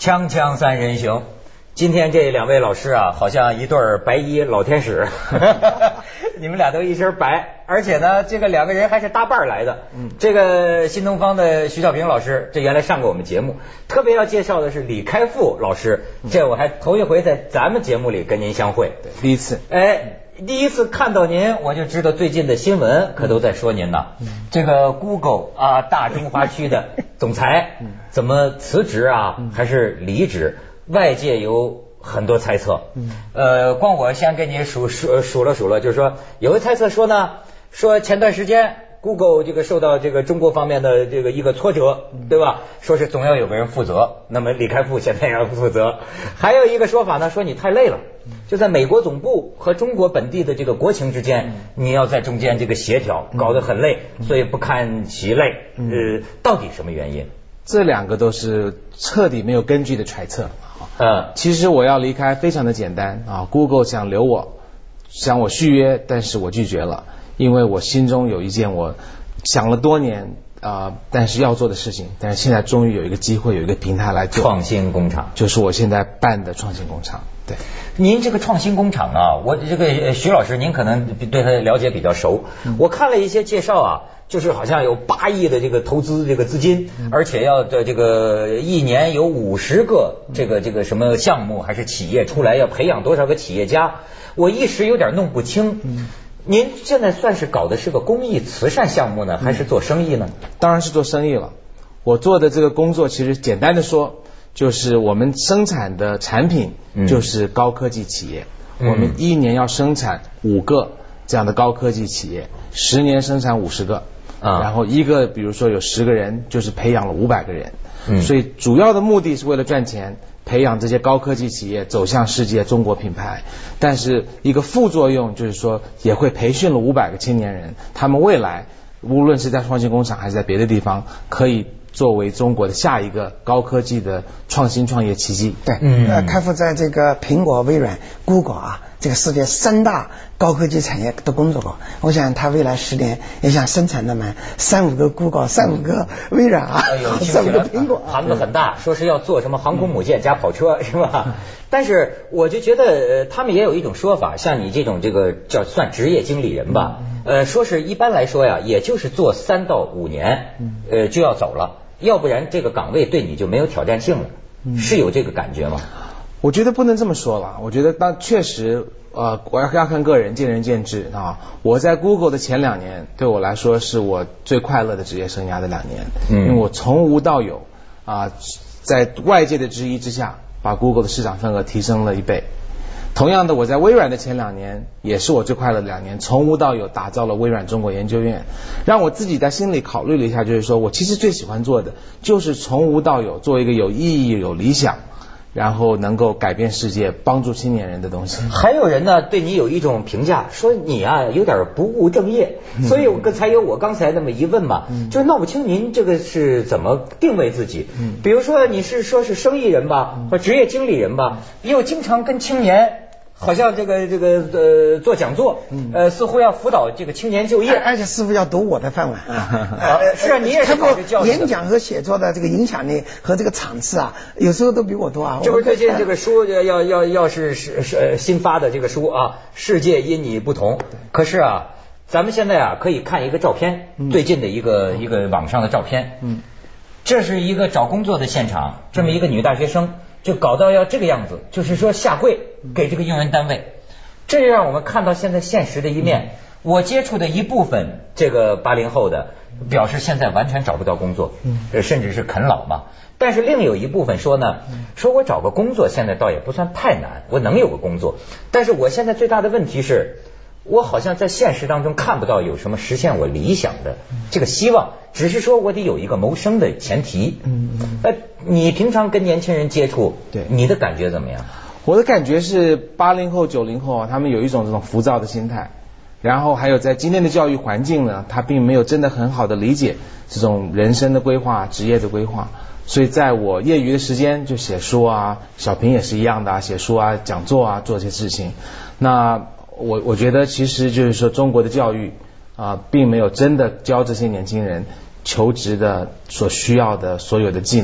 锵锵三人行，今天这两位老师啊，好像一对白衣老天使，你们俩都一身白，而且呢，这个两个人还是搭伴来的。这个新东方的徐小平老师，这原来上过我们节目，特别要介绍的是李开复老师，这我还头一回在咱们节目里跟您相会， 第一次。 第一次看到您，我就知道最近的新闻可都在说您呢。这个 Google 啊，大中华区的总裁怎么辞职啊，还是离职？外界有很多猜测。光我先给你数了，就是说有个猜测说呢，说前段时间 Google 这个受到这个中国方面的这个一个挫折，对吧？说是总要有个人负责，那么李开复现在也要负责。还有一个说法呢，说你太累了，就在美国总部和中国本地的这个国情之间，你要在中间这个协调，搞得很累，所以不堪其累。到底什么原因？ 这两个都是彻底没有根据的揣测。其实我要离开非常的简单啊 ，Google 想留我，想我续约，但是我拒绝了。因为我心中有一件我想了多年但是要做的事情，但是现在终于有一个机会，有一个平台来做。 创新工厂就是我现在办的创新工厂。对， 您这个创新工厂啊，我这个徐老师您可能对他了解比较熟。我看了一些介绍啊，就是好像有8亿的这个投资这个资金，而且要的这个一年有50个这个什么项目还是企业出来，要培养多少个企业家，我一时有点弄不清。您现在算是搞的是个公益慈善项目呢，还是做生意呢？ 当然是做生意了。我做的这个工作其实简单的说，就是我们生产的产品就是高科技企业。我们一年要生产5个这样的高科技企业，10年生产50个，然后一个比如说有10个人，就是培养了500个人。所以主要的目的是为了赚钱，培养这些高科技企业走向世界中国品牌。但是一个副作用就是说，也会培训了500个青年人，他们未来无论是在创新工厂还是在别的地方，可以作为中国的下一个高科技的创新创业奇迹。 对，开复在这个苹果、微软、Google 啊，这个世界3大高科技产业都工作过。我想他未来10年也想生产那么3-5个 Google、3-5个微软啊，3-5个苹果。 盘子很大，说是要做什么航空母舰加跑车，是吧？但是我就觉得他们也有一种说法，像你这种这个叫算职业经理人吧，说是一般来说呀，也就是做3到5年，就要走了，要不然这个岗位对你就没有挑战性了。是有这个感觉吗？ 我觉得不能这么说了。我觉得确实我要看个人，见仁见智啊。我在 Google 的前2年对我来说是我最快乐的职业生涯的2年，因为我从无到有在外界的质疑之下，把 Google 的市场份额提升了1倍。同样的，我在微软的前2年也是我最快乐的2年，从无到有打造了微软中国研究院。让我自己在心里考虑了一下，就是说我其实最喜欢做的就是从无到有，做一个有意义、有理想，然后能够改变世界、帮助青年人的东西。 还有人呢对你有一种评价，说你啊有点不务正业，所以才有我刚才那么一问嘛，就是闹不清您这个是怎么定位自己。比如说你是说是生意人吧，或职业经理人吧，又经常跟青年好像这个做讲座，似乎要辅导这个青年就业， 而且似乎要夺我的饭碗是啊，你也是搞这教育的。 演讲和写作的这个影响力和这个场次啊，有时候都比我多啊。 这不是最近这个书要是新发的这个书啊，世界因你不同。可是啊，咱们现在啊可以看一个照片，最近的一个网上的照片，这是一个找工作的现场，这么一个女大学生。就搞到要这个样子，就是说下跪给这个用人单位，这让我们看到现在现实的一面。我接触的一部分这个80后的表示现在完全找不到工作，甚至是啃老嘛。但是另有一部分说呢，说我找个工作现在倒也不算太难，我能有个工作，但是我现在最大的问题是，我好像在现实当中看不到有什么实现我理想的这个希望，只是说我得有一个谋生的前提。你平常跟年轻人接触，对你的感觉怎么样？ 我的感觉是80后、90后他们有一种这种浮躁的心态，然后还有在今天的教育环境呢，他并没有真的很好的理解这种人生的规划、职业的规划。所以在我业余的时间就写书啊，小平也是一样的写书啊、讲座啊，做这些事情。那我觉得其实就是说中国的教育并没有真的教这些年轻人求职的所需要的所有的技能。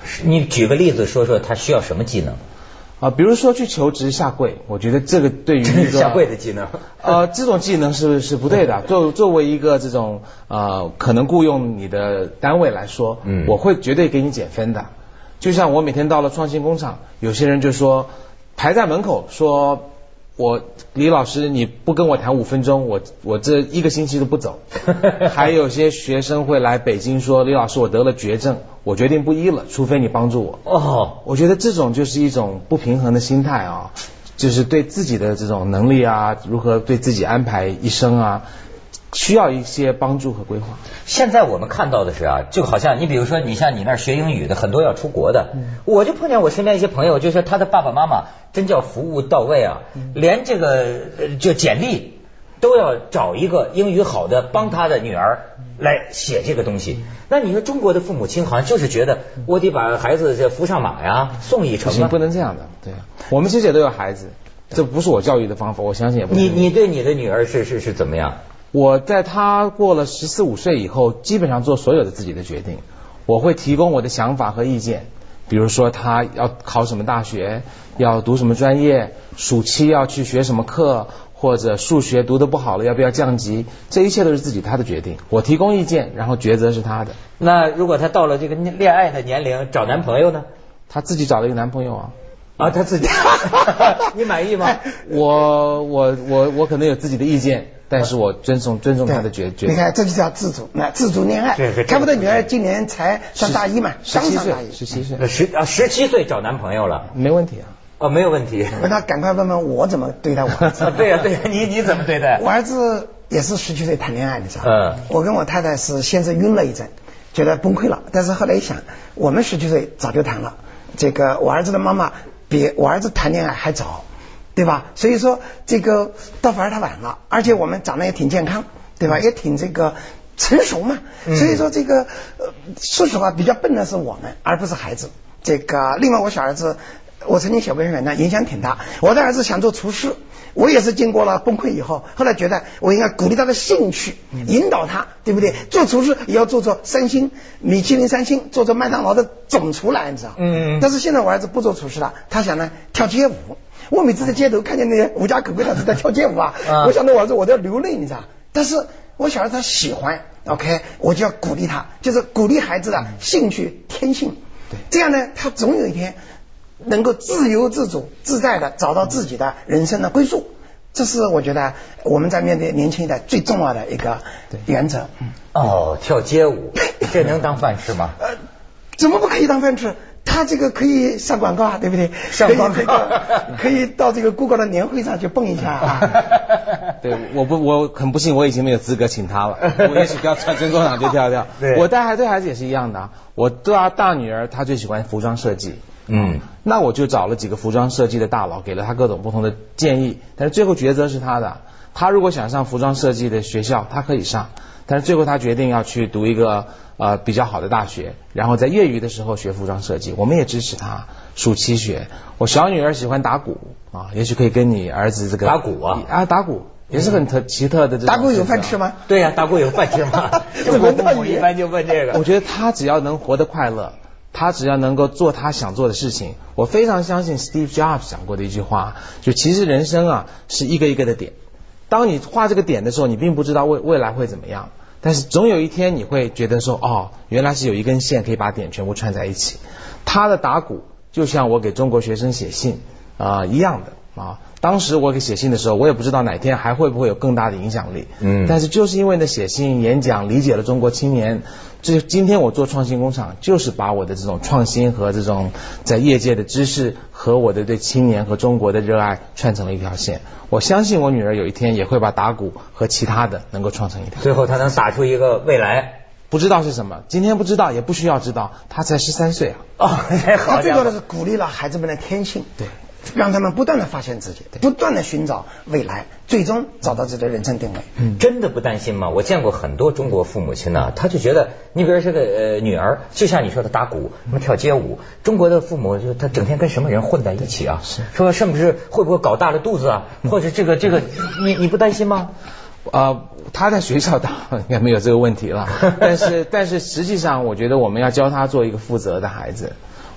你举个例子说说他需要什么技能？ 比如说去求职下跪，我觉得这个对于一个下跪的技能， 这种技能是不对的。作为一个这种可能雇佣你的单位来说，我会绝对给你减分的。就像我每天到了创新工厂，有些人就说排在门口说，李老师你不跟我谈5分钟，我这1个星期都不走。还有些学生会来北京说，李老师我得了绝症，我决定不医了，除非你帮助我。我觉得这种就是一种不平衡的心态啊，就是对自己的这种能力啊，如何对自己安排一生啊，需要一些帮助和规划。 现在我们看到的是就好像你比如说你像你那儿学英语的很多要出国的，我就碰见我身边一些朋友，就是他的爸爸妈妈真叫服务到位连这个就简历都要找一个英语好的帮他的女儿来写这个东西。那你说中国的父母亲好像就是觉得我得把孩子扶上马呀，送一程不能这样的。对，我们其实也都有孩子，这不是我教育的方法，我相信也不是。 你对你的女儿是怎么样？ 我在她过了14、15岁以后，基本上做所有的自己的决定。我会提供我的想法和意见，比如说她要考什么大学，要读什么专业，暑期要去学什么课，或者数学读得不好了要不要降级，这一切都是她的决定。我提供意见，然后抉择是她的。 那如果她到了这个恋爱的年龄，找男朋友呢？ 她自己找了一个男朋友她自己你满意吗？ 我可能有自己的意见，但是我尊重他的决定。 你看，这就叫自主恋爱。看不得女儿今年才上大一嘛，17 岁 ，17岁找男朋友了， 没问题没有问题。 那赶快问问我怎么对待我儿子。 对呀，你怎么对待？ 我儿子也是17岁谈恋爱，你知道我跟我太太是先是晕了一阵，觉得崩溃了，但是后来一想，我们17岁早就谈了，这个我儿子的妈妈比我儿子谈恋爱还早，对吧？所以说这个倒反而他晚了，而且我们长得也挺健康，对吧？也挺这个成熟嘛。所以说这个说实话比较笨的是我们，而不是孩子。这个另外我小儿子，我曾经写过一篇文章，影响挺大。我的儿子想做厨师，我也是经过了崩溃以后，后来觉得我应该鼓励他的兴趣，引导他，对不对？做厨师也要做3星米其林3星，做麦当劳的总厨来，你知道？但是现在我儿子不做厨师了，他想呢跳街舞。我每次在街头看见那些无家可归的在跳街舞我想到我儿子我都要流泪，你知道？但是我小孩子他喜欢 ，OK， 我就要鼓励他，就是鼓励孩子的兴趣天性。这样呢，他总有一天能够自由自主自在的找到自己的人生的归宿。这是我觉得我们在面对年轻一代最重要的一个原则。 跳街舞，这能当饭吃吗？ 怎么不可以当饭吃？他这个可以上广告对不对？ 上广告可以到这个 Google 的年会上去蹦一下对，我很不幸，我已经没有资格请他了。我也许不要穿真工厂去跳跳。我对孩子也是一样的。我大女儿她最喜欢服装设计。那我就找了几个服装设计的大佬，给了他各种不同的建议，但是最后抉择是他的。他如果想上服装设计的学校，他可以上，但是最后他决定要去读一个比较好的大学，然后在业余的时候学服装设计。我们也支持他暑期学。我小女儿喜欢打鼓也许可以跟你儿子这个打鼓打鼓也是很奇特的。 打鼓有饭吃吗？ 对呀，打鼓有饭吃吗？中国父母一般就问这个。 我觉得他只要能活得快乐，他只要能够做他想做的事情。我非常相信 Steve Jobs 讲过的一句话，就其实人生是一个一个的点。当你画这个点的时候，你并不知道未来会怎么样，但是总有一天你会觉得说原来是有一根线可以把点全部串在一起。他的打鼓就像我给中国学生写信一样的当时我给写信的时候，我也不知道哪天还会不会有更大的影响力。但是就是因为那写信演讲理解了中国青年，今天我做创新工厂，就是把我的这种创新和这种在业界的知识和我的对青年和中国的热爱串成了一条线。我相信我女儿有一天也会把打鼓和其他的能够创成一条线， 最后她能打出一个未来。 不知道是什么，今天不知道也不需要知道，她才13岁他最多的是鼓励了孩子们的天性，对，让他们不断的发现自己，不断的寻找未来，最终找到自己的人生定位。 真的不担心吗？我见过很多中国父母亲他就觉得你比如这个女儿，就像你说的打鼓什么跳街舞，中国的父母就他整天跟什么人混在一起说是不是会不会搞大了肚子或者这个你不担心吗？ 他在学校应该没有这个问题了，但是实际上我觉得我们要教他做一个负责的孩子。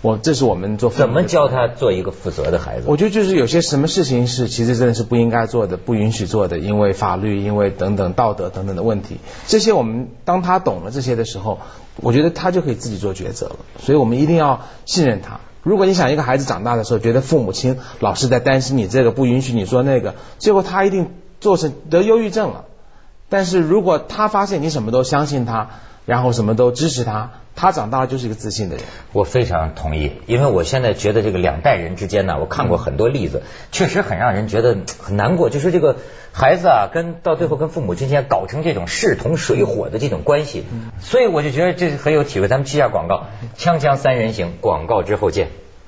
这是我们做父母怎么教他做一个负责的孩子？ 我觉得就是有些什么事情是其实真的是不应该做的，不允许做的，因为法律，因为等等道德等等的问题，这些我们当他懂了这些的时候，我觉得他就可以自己做抉择了。所以我们一定要信任他。如果你想一个孩子长大的时候觉得父母亲老是在担心你这个，不允许你说那个，最后他一定做成得忧郁症了。但是如果他发现你什么都相信他，然后什么都支持他，他长大就是一个自信的人。 我非常同意，因为我现在觉得这个两代人之间呢，我看过很多例子，确实很让人觉得很难过，就是这个孩子啊，到最后跟父母之间搞成这种势同水火的这种关系，所以我就觉得这是很有体会。咱们接下广告，锵锵三人行，广告之后见。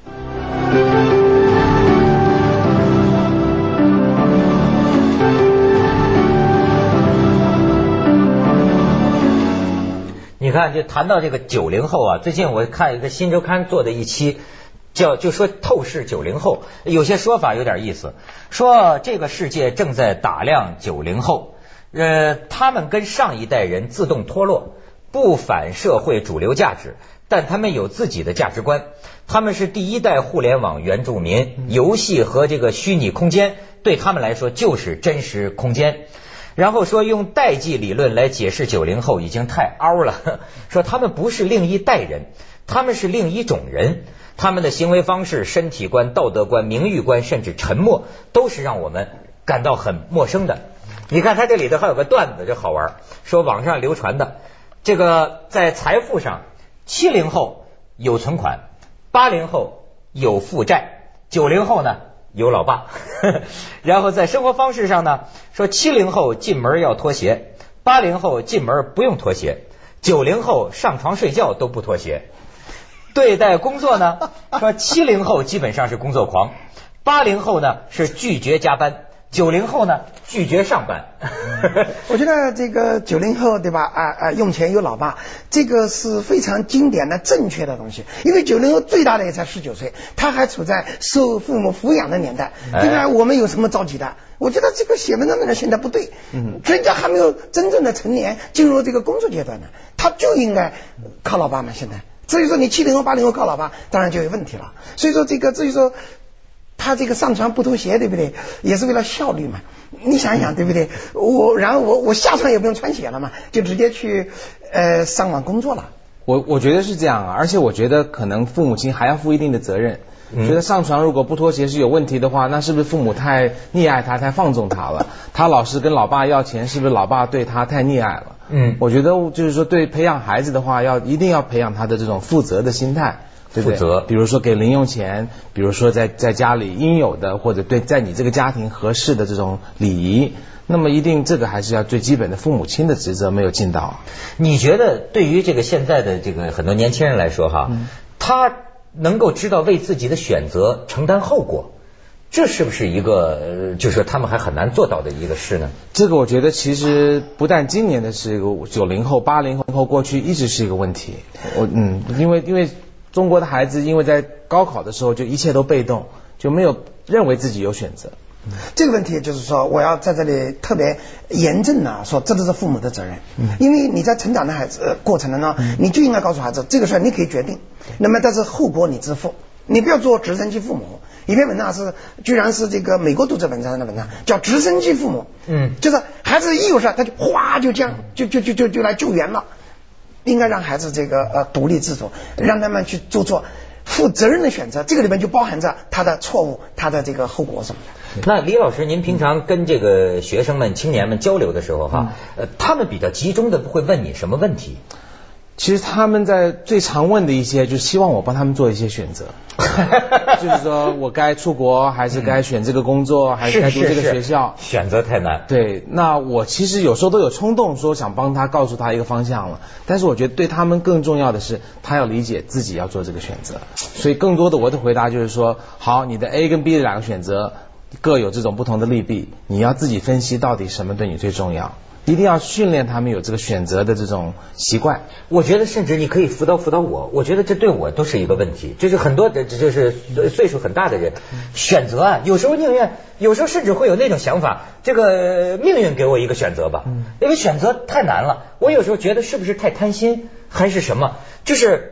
你看，就谈到这个90后啊，最近我看一个新周刊做的一期，就说透视90后，有些说法有点意思，说这个世界正在打量90后，他们跟上一代人自动脱落，不反社会主流价值，但他们有自己的价值观，他们是第一代互联网原住民，游戏和这个虚拟空间对他们来说就是真实空间。然后说用代际理论来解释90后已经太凹了，说他们不是另一代人，他们是另一种人，他们的行为方式、身体观、道德观、名誉观，甚至沉默，都是让我们感到很陌生的。你看他这里头还有个段子，这好玩，说网上流传的这个在财富上，70后有存款，80后有负债，90后呢有老爸然后在生活方式上呢，说70后进门要脱鞋，80后进门不用脱鞋，90后上床睡觉都不脱鞋。对待工作呢，说70后基本上是工作狂，80后呢是拒绝加班，90后呢拒绝上班我觉得这个90后对吧用钱有老爸，这个是非常经典的正确的东西。因为90后最大的也才19岁，他还处在受父母抚养的年代，对吧？我们有什么着急的？我觉得这个写文章的人现在不对，人家还没有真正的成年，进入这个工作阶段呢，他就应该靠老爸嘛。现在所以说你70后80后靠老爸，当然就有问题了。所以说这个至于说他这个上床不脱鞋，对不对？也是为了效率嘛。你想一想，对不对？然后我下床也不用穿鞋了嘛，就直接去上网工作了。 我觉得是这样啊，而且我觉得可能父母亲还要负一定的责任。觉得上床如果不脱鞋是有问题的话，那是不是父母太溺爱他，太放纵他了？他老是跟老爸要钱，是不是老爸对他太溺爱了？我觉得就是说，对培养孩子的话，一定要培养他的这种负责的心态。对不对？负责，比如说给零用钱，比如说在家里应有的，或者对在你这个家庭合适的这种礼仪，那么一定这个还是要最基本的父母亲的职责没有尽到。 你觉得对于这个现在的这个很多年轻人来说哈，他能够知道为自己的选择承担后果，这是不是一个就是说他们还很难做到的一个事呢？ 这个我觉得其实不但今年的是一个90后80后过去一直是一个问题。因为中国的孩子因为在高考的时候就一切都被动，就没有认为自己有选择。 这个问题就是说我要在这里特别严正的说，这都是父母的责任。因为你在成长的孩子过程呢，你就应该告诉孩子这个事儿你可以决定，那么但是后果你自负，你不要做直升机父母。一篇文章居然是这个美国读者文章的文章，叫直升机父母。就是孩子一有事他就哗就来救援了。应该让孩子这个独立自主，让他们去做负责任的选择，这个里面就包含着他的错误，他的这个后果什么的。 那李老师，您平常跟这个学生们、青年们交流的时候哈，他们比较集中的会问你什么问题？ 其实他们在最常问的一些，就是希望我帮他们做一些选择，就是说我该出国还是该选这个工作，还是该读这个学校， 选择太难。 对，那我其实有时候都有冲动说想帮他告诉他一个方向了，但是我觉得对他们更重要的是他要理解自己要做这个选择。所以更多的我的回答就是说，好，你的 A 跟 B 的两个选择各有这种不同的利弊，你要自己分析到底什么对你最重要，一定要训练他们有这个选择的这种习惯。 我觉得甚至你可以辅导我觉得这对我都是一个问题，就是很多的就是岁数很大的人选择啊，有时候甚至会有那种想法，这个命运给我一个选择吧，因为选择太难了。我有时候觉得是不是太贪心还是什么，就是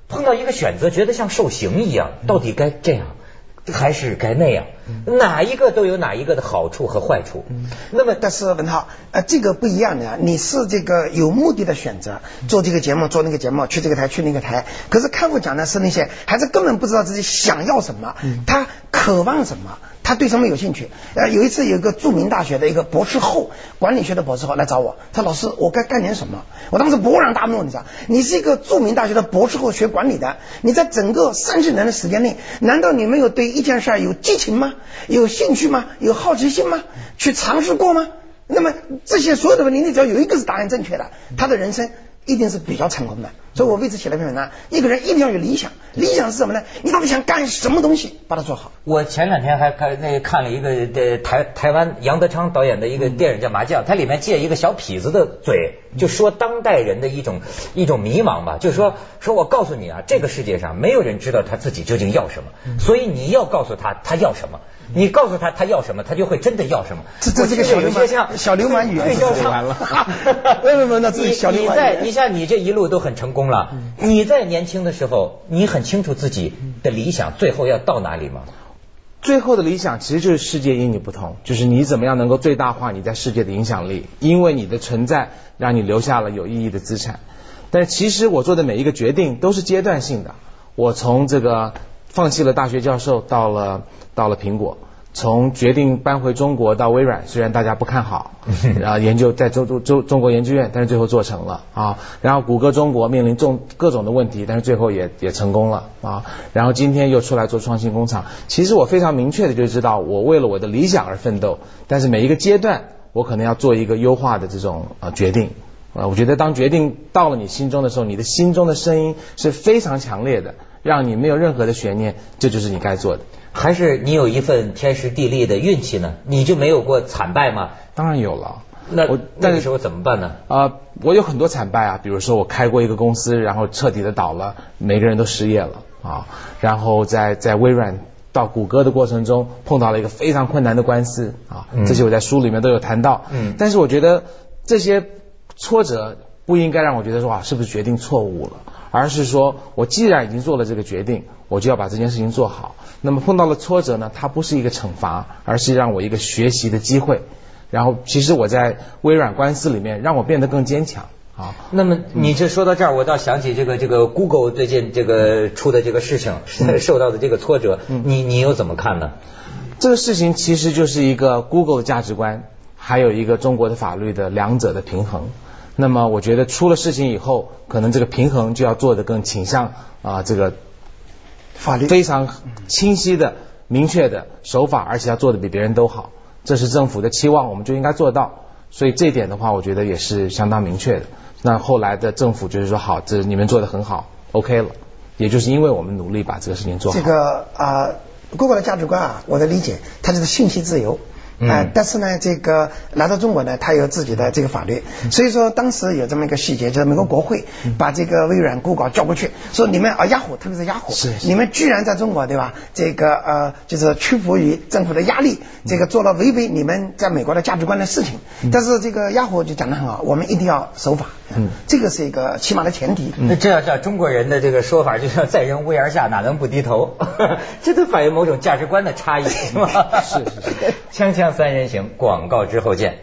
碰到一个选择，觉得像受刑一样，到底该这样还是该那样？哪一个都有哪一个的好处和坏处。那么， 但是文涛，这个不一样的，你是这个有目的的选择，做这个节目，做那个节目，去这个台，去那个台。可是看护讲的是那些孩子根本不知道自己想要什么，他渴望什么，他对什么有兴趣。有一次有一个著名大学的一个博士后，管理学的博士后来找我，他老师，我该干点什么？我当时勃然大怒，你知道，你是一个著名大学的博士后，学管理的，你在整个30年的时间内，难道你没有对一件事有激情吗？有兴趣吗？有好奇心吗？去尝试过吗？那么这些所有的问题，你只要有一个是答案正确的，他的人生一定是比较成功的。所以我为此写了篇文章，一个人一定要有理想。理想是什么呢？你到底想干什么东西，把它做好。 我前2天还看了一个台湾杨德昌导演的一个电影叫《麻将》，它里面借一个小痞子的嘴，就说当代人的一种迷茫吧，就是说我告诉你啊，这个世界上没有人知道他自己究竟要什么，所以你要告诉他要什么。你告诉他要什么，他就会真的要什么。 这个小流氓语言完了。 那这小流氓。 你像你这一路都很成功了，你在年轻的时候，你很清楚自己的理想最后要到哪里吗？ 最后的理想其实就是世界因你不同，就是你怎么样能够最大化你在世界的影响力，因为你的存在让你留下了有意义的资产。但是其实我做的每一个决定都是阶段性的，我从这个放弃了大学教授到了苹果，从决定搬回中国到微软，虽然大家不看好，然后研究在中国研究院，但是最后做成了啊。然后谷歌中国面临各种的问题，但是最后也成功了啊。然后今天又出来做创新工厂。其实我非常明确的就知道，我为了我的理想而奋斗，但是每一个阶段我可能要做一个优化的这种决定。我觉得当决定到了你心中的时候，你的心中的声音是非常强烈的，让你没有任何的悬念，这就是你该做的。 还是你有一份天时地利的运气呢？你就没有过惨败吗？ 当然有了。 那个时候怎么办呢？ 我有很多惨败啊，比如说我开过一个公司，然后彻底的倒了，每个人都失业了啊。然后在微软到谷歌的过程中碰到了一个非常困难的官司啊，这些我在书里面都有谈到。但是我觉得这些挫折不应该让我觉得说是不是决定错误了，而是说我既然已经做了这个决定，我就要把这件事情做好。那么碰到了挫折呢，它不是一个惩罚，而是让我一个学习的机会。然后其实我在微软官司里面让我变得更坚强啊。 那么你这说到这儿，我倒想起这个 Google 最近这个出的这个事情，受到的这个挫折，你又怎么看呢？ 这个事情其实就是一个 Google 的价值观，还有一个中国的法律的两者的平衡。那么我觉得出了事情以后，可能这个平衡就要做得更倾向这个法律非常清晰的明确的手法，而且要做得比别人都好，这是政府的期望，我们就应该做到。所以这一点的话，我觉得也是相当明确的。那后来的政府就是说好，这你们做得很好 OK 了，也就是因为我们努力把这个事情做好。 这个Google 的价值观我的理解，它就是信息自由。但是呢，这个来到中国呢，它有自己的这个法律，所以说当时有这么一个细节，就是美国国会把这个微软、Google 叫过去，说你们雅虎，特别是雅虎，你们居然在中国对吧？这个就是屈服于政府的压力，这个做了违背你们在美国的价值观的事情。但是这个雅虎就讲得很好，我们一定要守法，这个是一个起码的前提。 那这要叫中国人的这个说法，就像在人屋檐下，哪能不低头？这都反映某种价值观的差异，是吗？ 是。 锵锵三人行，广告之后见。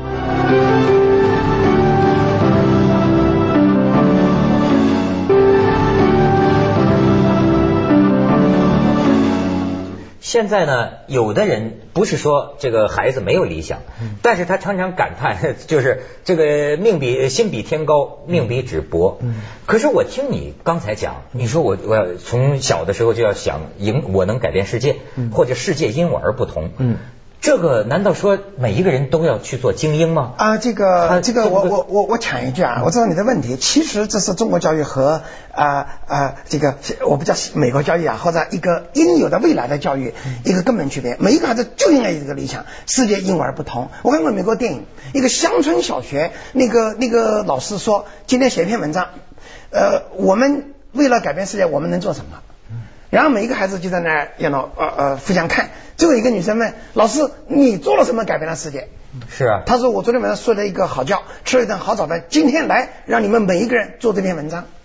现在呢，有的人不是说这个孩子没有理想，但是他常常感叹，就是这个心比天高，命比纸薄。可是我听你刚才讲，你说我要从小的时候就要想我能改变世界，或者世界因我而不同。这个难道说每一个人都要去做精英吗？ 这个我抢一句我知道你的问题。其实这是中国教育和这个我不叫美国教育或者一个应有的未来的教育一个根本区别。每一个孩子就应该有这个理想，世界因我而不同。我看过美国电影，一个乡村小学，那个老师说，今天写一篇文章，我们为了改变世界，我们能做什么？然后每一个孩子就在那儿互相看。最后一个女生问老师，你做了什么改变了世界？ 是啊， 他说我昨天晚上睡了一个好觉，吃了一顿好早饭，今天来让你们每一个人做这篇文章。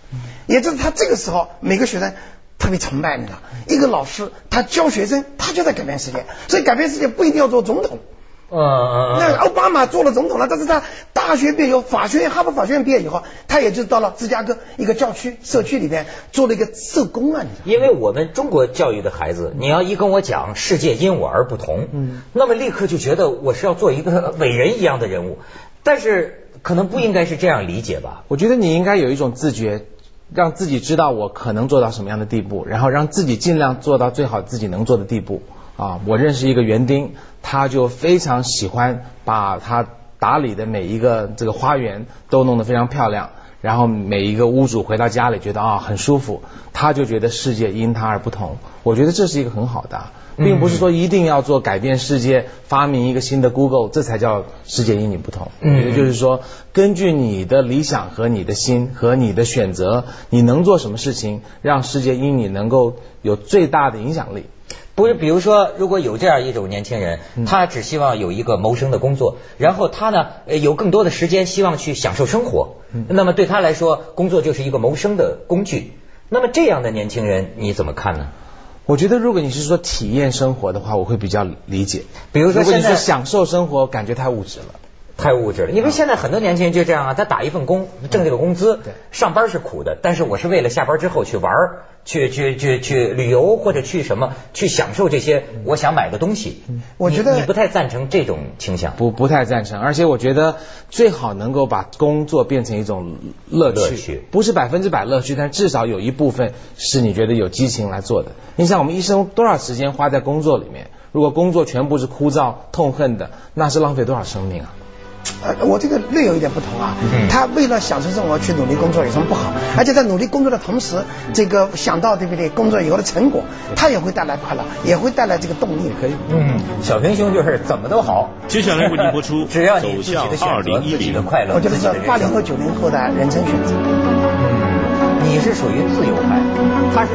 也就是他这个时候每个学生特别崇拜你的一个老师，他教学生，他就在改变世界。所以改变世界不一定要做总统。那奥巴马做了总统了，但是他大学毕业以后，哈佛法学院毕业以后，他也就到了芝加哥一个教区社区里边做了一个社工啊。 因为我们中国教育的孩子，你要一跟我讲世界因我而不同，那么立刻就觉得我是要做一个伟人一样的人物，但是可能不应该是这样理解吧？ 我觉得你应该有一种自觉，让自己知道我可能做到什么样的地步，然后让自己尽量做到最好自己能做的地步。我认识一个园丁，他就非常喜欢把他打理的每一个这个花园都弄得非常漂亮，然后每一个屋主回到家里觉得很舒服，他就觉得世界因他而不同。我觉得这是一个很好的，并不是说一定要做改变世界，发明一个新的 Google 这才叫世界因你不同。也就是说，根据你的理想和你的心和你的选择，你能做什么事情让世界因你能够有最大的影响力。 不是，比如说如果有这样一种年轻人，他只希望有一个谋生的工作，然后他呢有更多的时间希望去享受生活，那么对他来说工作就是一个谋生的工具，那么这样的年轻人你怎么看呢？ 我觉得如果你是说体验生活的话，我会比较理解。 比如说如果你说享受生活，感觉太物质了。 太物质了，因为现在很多年轻人就这样啊，他打一份工挣这个工资，上班是苦的，但是我是为了下班之后去玩，去旅游或者去什么去享受这些我想买的东西。我觉得你不太赞成这种倾向。 不太赞成，而且我觉得最好能够把工作变成一种乐趣，不是100%乐趣，但至少有一部分是你觉得有激情来做的。你想我们一生多少时间花在工作里面，如果工作全部是枯燥痛恨的，那是浪费多少生命啊。 我这个略有一点不同啊，他为了享受生活去努力工作有什么不好？而且在努力工作的同时，这个想到对不对工作以后的成果，他也会带来快乐，也会带来这个动力。可以， 小平兄就是怎么都好。 接下来为您播出只要你自己的选择，自己的快乐。 我觉得是80后90后的人生选择。 你是属于自由派，他是。